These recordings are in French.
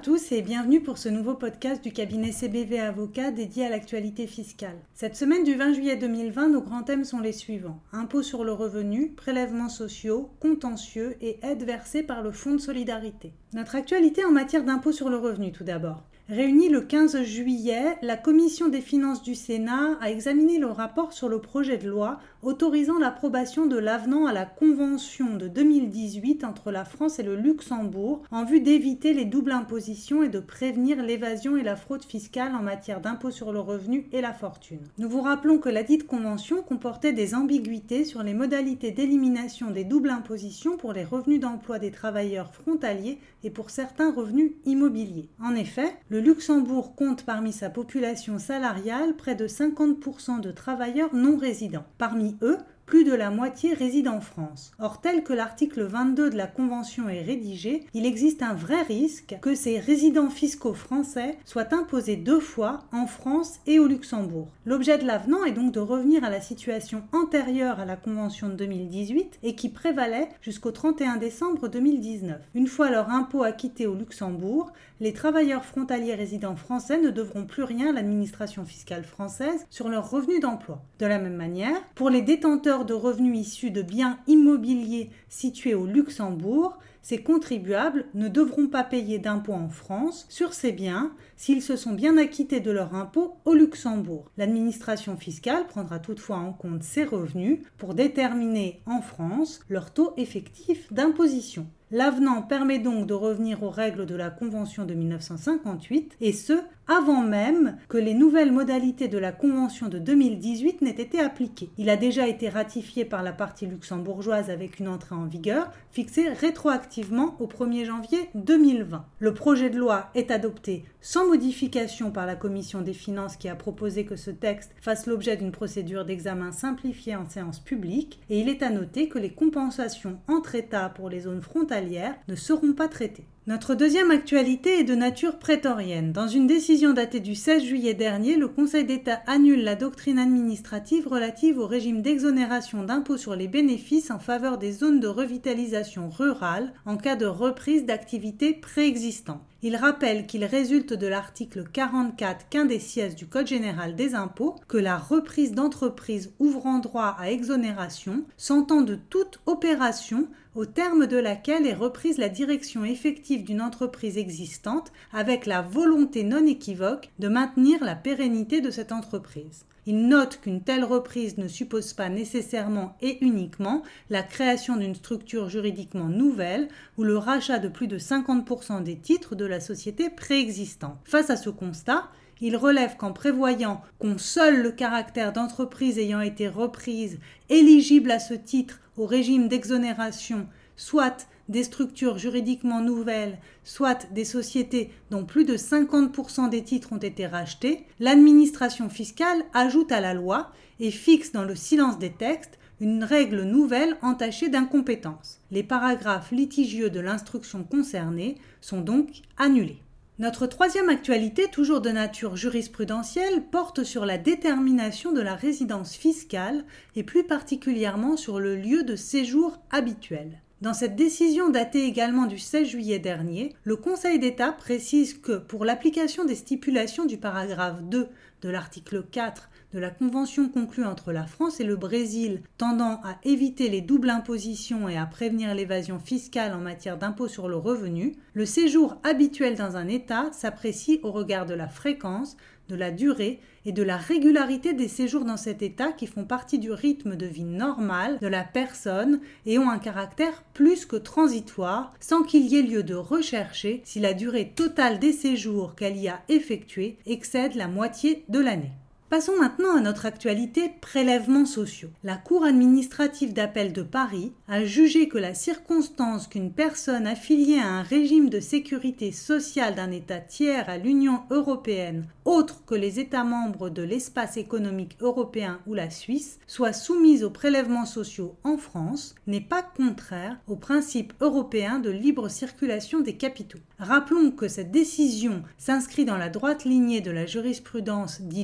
tous et bienvenue pour ce nouveau podcast du cabinet CBV Avocats dédié à l'actualité fiscale. Cette semaine du 20 juillet 2020, nos grands thèmes sont les suivants. Impôts sur le revenu, prélèvements sociaux, contentieux et aides versées par le Fonds de solidarité. Notre actualité en matière d'impôt sur le revenu tout d'abord. Réunie le 15 juillet, la Commission des finances du Sénat a examiné le rapport sur le projet de loi autorisant l'approbation de l'avenant à la Convention de 2018 entre la France et le Luxembourg en vue d'éviter les doubles impositions et de prévenir l'évasion et la fraude fiscale en matière d'impôt sur le revenu et la fortune. Nous vous rappelons que la dite convention comportait des ambiguïtés sur les modalités d'élimination des doubles impositions pour les revenus d'emploi des travailleurs frontaliers et pour certains revenus immobiliers. En effet, le Luxembourg compte parmi sa population salariale près de 50% de travailleurs non résidents. Parmi eux, plus de la moitié réside en France. Or, tel que l'article 22 de la Convention est rédigé, il existe un vrai risque que ces résidents fiscaux français soient imposés deux fois en France et au Luxembourg. L'objet de l'avenant est donc de revenir à la situation antérieure à la Convention de 2018 et qui prévalait jusqu'au 31 décembre 2019. Une fois leur impôt acquitté au Luxembourg, les travailleurs frontaliers résidents français ne devront plus rien à l'administration fiscale française sur leurs revenus d'emploi. De la même manière, pour les détenteurs de revenus issus de biens immobiliers situés au Luxembourg, ces contribuables ne devront pas payer d'impôts en France sur ces biens s'ils se sont bien acquittés de leur impôt au Luxembourg. L'administration fiscale prendra toutefois en compte ces revenus pour déterminer en France leur taux effectif d'imposition. L'avenant permet donc de revenir aux règles de la Convention de 1958 et ce, avant même que les nouvelles modalités de la Convention de 2018 n'aient été appliquées. Il a déjà été ratifié par la partie luxembourgeoise avec une entrée en vigueur fixée rétroactivement au 1er janvier 2020. Le projet de loi est adopté sans modification par la Commission des finances qui a proposé que ce texte fasse l'objet d'une procédure d'examen simplifiée en séance publique et il est à noter que les compensations entre États pour les zones frontalières ne seront pas traitées. Notre deuxième actualité est de nature prétorienne. Dans une décision datée du 16 juillet dernier, le Conseil d'État annule la doctrine administrative relative au régime d'exonération d'impôt sur les bénéfices en faveur des zones de revitalisation rurale en cas de reprise d'activité préexistante. Il rappelle qu'il résulte de l'article 44 quindecies du Code général des impôts que la reprise d'entreprise ouvrant droit à exonération s'entend de toute opération au terme de laquelle est reprise la direction effective d'une entreprise existante avec la volonté non équivoque de maintenir la pérennité de cette entreprise. Il note qu'une telle reprise ne suppose pas nécessairement et uniquement la création d'une structure juridiquement nouvelle ou le rachat de plus de 50% des titres de la société préexistante. Face à ce constat, il relève qu'en prévoyant qu'ont seul le caractère d'entreprise ayant été reprise éligible à ce titre au régime d'exonération, soit des structures juridiquement nouvelles, soit des sociétés dont plus de 50% des titres ont été rachetés, l'administration fiscale ajoute à la loi et fixe dans le silence des textes une règle nouvelle entachée d'incompétence. Les paragraphes litigieux de l'instruction concernée sont donc annulés. Notre troisième actualité, toujours de nature jurisprudentielle, porte sur la détermination de la résidence fiscale et plus particulièrement sur le lieu de séjour habituel. Dans cette décision datée également du 16 juillet dernier, le Conseil d'État précise que pour l'application des stipulations du paragraphe 2 de l'article 4 de la convention conclue entre la France et le Brésil tendant à éviter les doubles impositions et à prévenir l'évasion fiscale en matière d'impôt sur le revenu, le séjour habituel dans un État s'apprécie au regard de la fréquence, de la durée et de la régularité des séjours dans cet État qui font partie du rythme de vie normal de la personne et ont un caractère plus que transitoire sans qu'il y ait lieu de rechercher si la durée totale des séjours qu'elle y a effectués excède la moitié de l'année. Passons maintenant à notre actualité prélèvements sociaux. La Cour administrative d'appel de Paris a jugé que la circonstance qu'une personne affiliée à un régime de sécurité sociale d'un État tiers à l'Union européenne, autre que les États membres de l'espace économique européen ou la Suisse, soit soumise aux prélèvements sociaux en France, n'est pas contraire au principe européen de libre circulation des capitaux. Rappelons que cette décision s'inscrit dans la droite lignée de la jurisprudence dite JA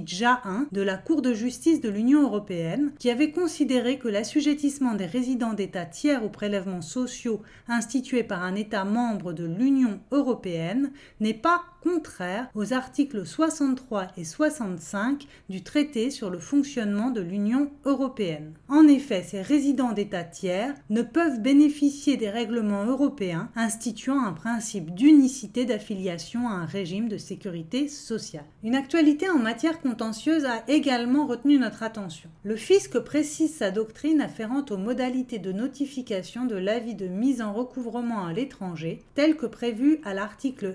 1 de la Cour de justice de l'Union européenne qui avait considéré que l'assujettissement des résidents d'États tiers aux prélèvements sociaux institués par un État membre de l'Union européenne n'est pas contraire aux articles 63 et 65 du traité sur le fonctionnement de l'Union européenne. En effet, ces résidents d'États tiers ne peuvent bénéficier des règlements européens instituant un principe d'unicité d'affiliation à un régime de sécurité sociale. Une actualité en matière contentieuse a également retenu notre attention. Le fisc précise sa doctrine afférente aux modalités de notification de l'avis de mise en recouvrement à l'étranger, tel que prévu à l'article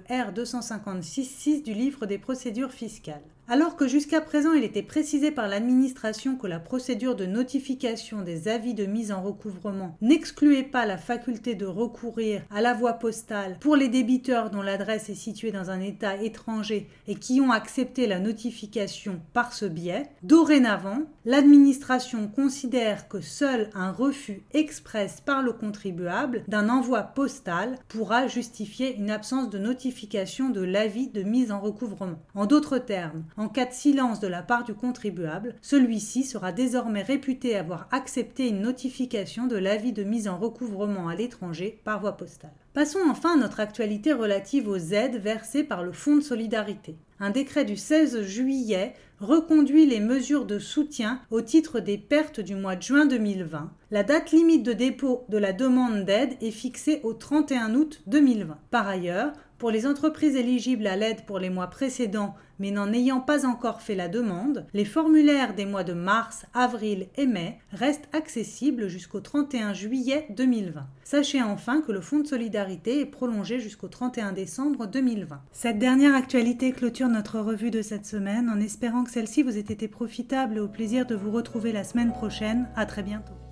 R256.6 du livre des procédures fiscales. Alors que jusqu'à présent il était précisé par l'administration que la procédure de notification des avis de mise en recouvrement n'excluait pas la faculté de recourir à la voie postale pour les débiteurs dont l'adresse est située dans un État étranger et qui ont accepté la notification par ce biais, dorénavant, l'administration considère que seul un refus express par le contribuable d'un envoi postal pourra justifier une absence de notification de l'avis de mise en recouvrement. En d'autres termes, en cas de silence de la part du contribuable, celui-ci sera désormais réputé avoir accepté une notification de l'avis de mise en recouvrement à l'étranger par voie postale. Passons enfin à notre actualité relative aux aides versées par le Fonds de solidarité. Un décret du 16 juillet reconduit les mesures de soutien au titre des pertes du mois de juin 2020. La date limite de dépôt de la demande d'aide est fixée au 31 août 2020. Par ailleurs, pour les entreprises éligibles à l'aide pour les mois précédents mais n'en ayant pas encore fait la demande, les formulaires des mois de mars, avril et mai restent accessibles jusqu'au 31 juillet 2020. Sachez enfin que le Fonds de solidarité est prolongé jusqu'au 31 décembre 2020. Cette dernière actualité clôture notre revue de cette semaine en espérant que celle-ci vous ait été profitable et au plaisir de vous retrouver la semaine prochaine. À très bientôt.